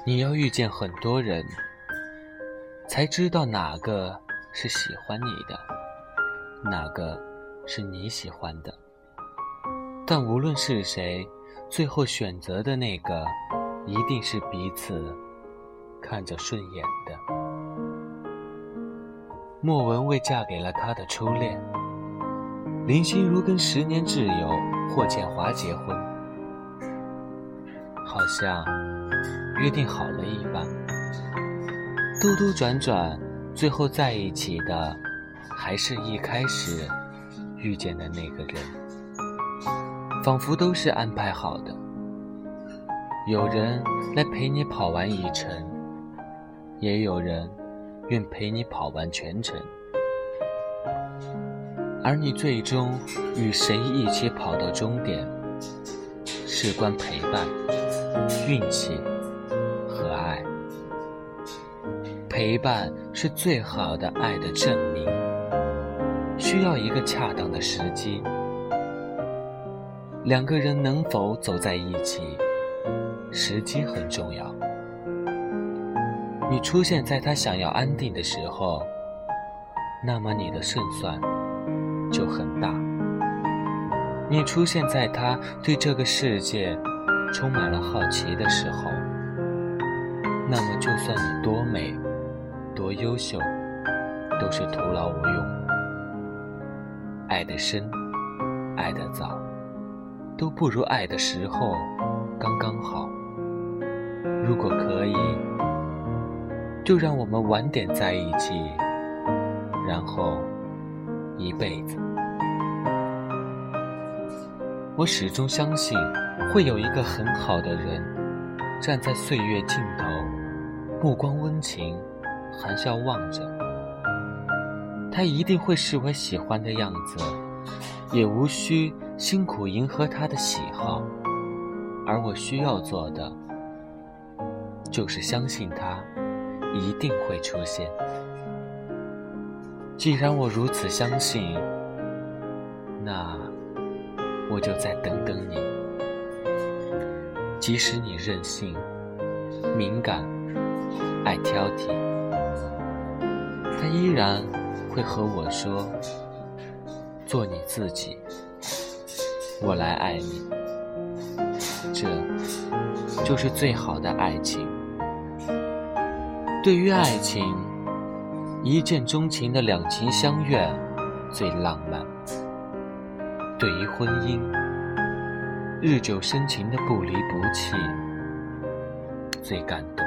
你要遇见很多人，才知道哪个是喜欢你的，哪个是你喜欢的。但无论是谁，最后选择的那个一定是彼此看着顺眼的。莫文蔚嫁给了她的初恋，林心如跟10年挚友霍建华结婚，好像约定好了一般。兜兜转转，最后在一起的还是一开始遇见的那个人，仿佛都是安排好的。有人来陪你跑完一程，也有人愿陪你跑完全程，而你最终与谁一起跑到终点，事关陪伴、运气和爱。陪伴是最好的爱的证明，需要一个恰当的时机。两个人能否走在一起，时机很重要。你出现在他想要安定的时候，那么你的胜算就很大。你出现在他对这个世界充满了好奇的时候，那么就算你多美多优秀，都是徒劳无用。爱得深爱得早，都不如爱的时候刚刚好。如果可以，就让我们晚点在一起，然后一辈子。我始终相信，会有一个很好的人，站在岁月尽头，目光温情，含笑望着。他一定会是我喜欢的样子，也无需辛苦迎合他的喜好，而我需要做的，就是相信他一定会出现。既然我如此相信，那我就再等等你。即使你任性、敏感、爱挑剔，他依然会和我说，做你自己，我来爱你。这就是最好的爱情。对于爱情，一见钟情的两情相悦最浪漫；对于婚姻，日久生情的不离不弃最感动。